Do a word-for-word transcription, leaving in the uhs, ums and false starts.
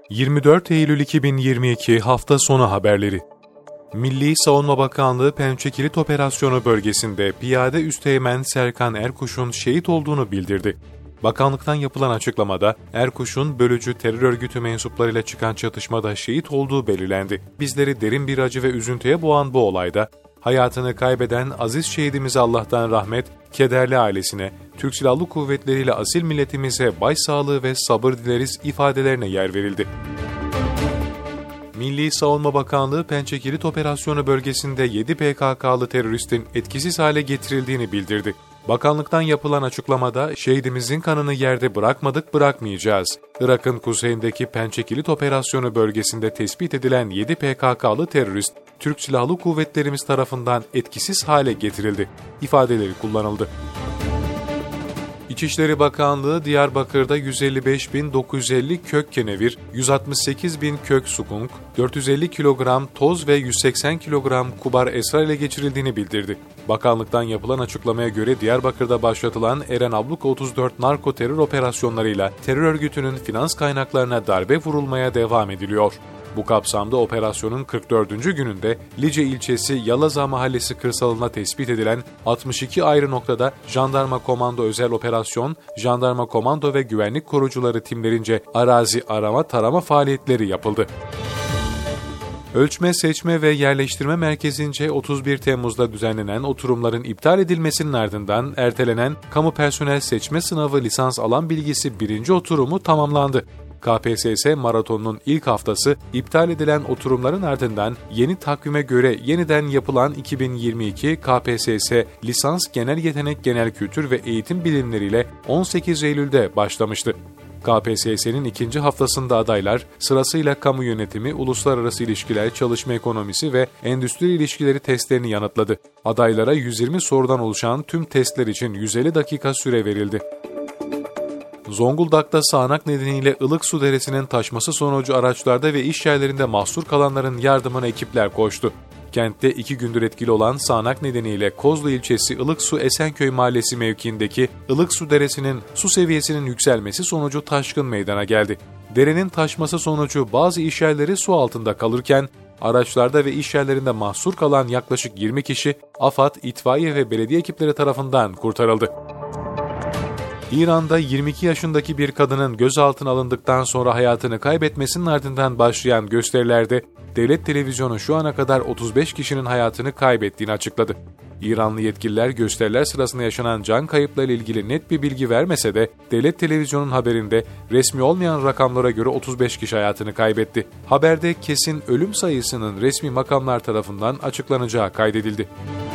yirmi dört Eylül iki bin yirmi iki Hafta Sonu Haberleri. Milli Savunma Bakanlığı Pençe Kilit Operasyonu bölgesinde Piyade Üsteğmen Serkan Erkuş'un şehit olduğunu bildirdi. Bakanlıktan yapılan açıklamada Erkuş'un bölücü terör örgütü mensuplarıyla çıkan çatışmada şehit olduğu belirlendi. Bizleri derin bir acı ve üzüntüye boğan bu olayda hayatını kaybeden aziz şehidimize Allah'tan rahmet, kederli ailesine, Türk Silahlı Kuvvetleri ile asil milletimize başsağlığı ve sabır dileriz ifadelerine yer verildi. Milli Savunma Bakanlığı Pençe Kilit Operasyonu bölgesinde yedi P K K'lı teröristin etkisiz hale getirildiğini bildirdi. Bakanlıktan yapılan açıklamada şehidimizin kanını yerde bırakmadık bırakmayacağız. Irak'ın kuzeyindeki Pençe Kilit Operasyonu bölgesinde tespit edilen yedi P K K'lı terörist, Türk Silahlı Kuvvetlerimiz tarafından etkisiz hale getirildi ifadeleri kullanıldı. İçişleri Bakanlığı Diyarbakır'da yüz elli beş bin dokuz yüz elli kök kenevir, yüz altmış sekiz bin kök sukunk, dört yüz elli kilogram toz ve yüz seksen kilogram kubar esrar ele geçirildiğini bildirdi. Bakanlıktan yapılan açıklamaya göre Diyarbakır'da başlatılan Eren Abluka otuz dört narko terör operasyonlarıyla terör örgütünün finans kaynaklarına darbe vurulmaya devam ediliyor. Bu kapsamda operasyonun kırk dördüncü gününde Lice ilçesi Yalaza mahallesi kırsalına tespit edilen altmış iki ayrı noktada Jandarma Komando Özel Operasyon, Jandarma Komando ve Güvenlik Korucuları timlerince arazi arama tarama faaliyetleri yapıldı. Ölçme, Seçme ve Yerleştirme Merkezi'nce otuz bir Temmuz'da düzenlenen oturumların iptal edilmesinin ardından ertelenen Kamu Personel Seçme Sınavı Lisans Alan Bilgisi birinci oturumu tamamlandı. K P S S maratonunun ilk haftası iptal edilen oturumların ardından yeni takvime göre yeniden yapılan iki bin yirmi iki K P S S Lisans Genel Yetenek Genel Kültür ve Eğitim Bilimleriyle on sekiz Eylül'de başlamıştı. K P S S'nin ikinci haftasında adaylar sırasıyla kamu yönetimi, uluslararası ilişkiler, çalışma ekonomisi ve endüstri ilişkileri testlerini yanıtladı. Adaylara yüz yirmi sorudan oluşan tüm testler için yüz elli dakika süre verildi. Zonguldak'ta sağanak nedeniyle Ilıksu Deresi'nin taşması sonucu araçlarda ve iş yerlerinde mahsur kalanların yardımına ekipler koştu. Kentte iki gündür etkili olan sağanak nedeniyle Kozlu ilçesi Ilıksu Esenköy Mahallesi mevkiindeki Ilıksu Deresi'nin su seviyesinin yükselmesi sonucu taşkın meydana geldi. Derenin taşması sonucu bazı iş yerleri su altında kalırken, araçlarda ve iş yerlerinde mahsur kalan yaklaşık yirmi kişi AFAD, itfaiye ve belediye ekipleri tarafından kurtarıldı. İran'da yirmi iki yaşındaki bir kadının gözaltına alındıktan sonra hayatını kaybetmesinin ardından başlayan gösterilerde devlet televizyonu şu ana kadar otuz beş kişinin hayatını kaybettiğini açıkladı. İranlı yetkililer gösteriler sırasında yaşanan can kayıplarıyla ilgili net bir bilgi vermese de devlet televizyonunun haberinde resmi olmayan rakamlara göre otuz beş kişi hayatını kaybetti. Haberde kesin ölüm sayısının resmi makamlar tarafından açıklanacağı kaydedildi.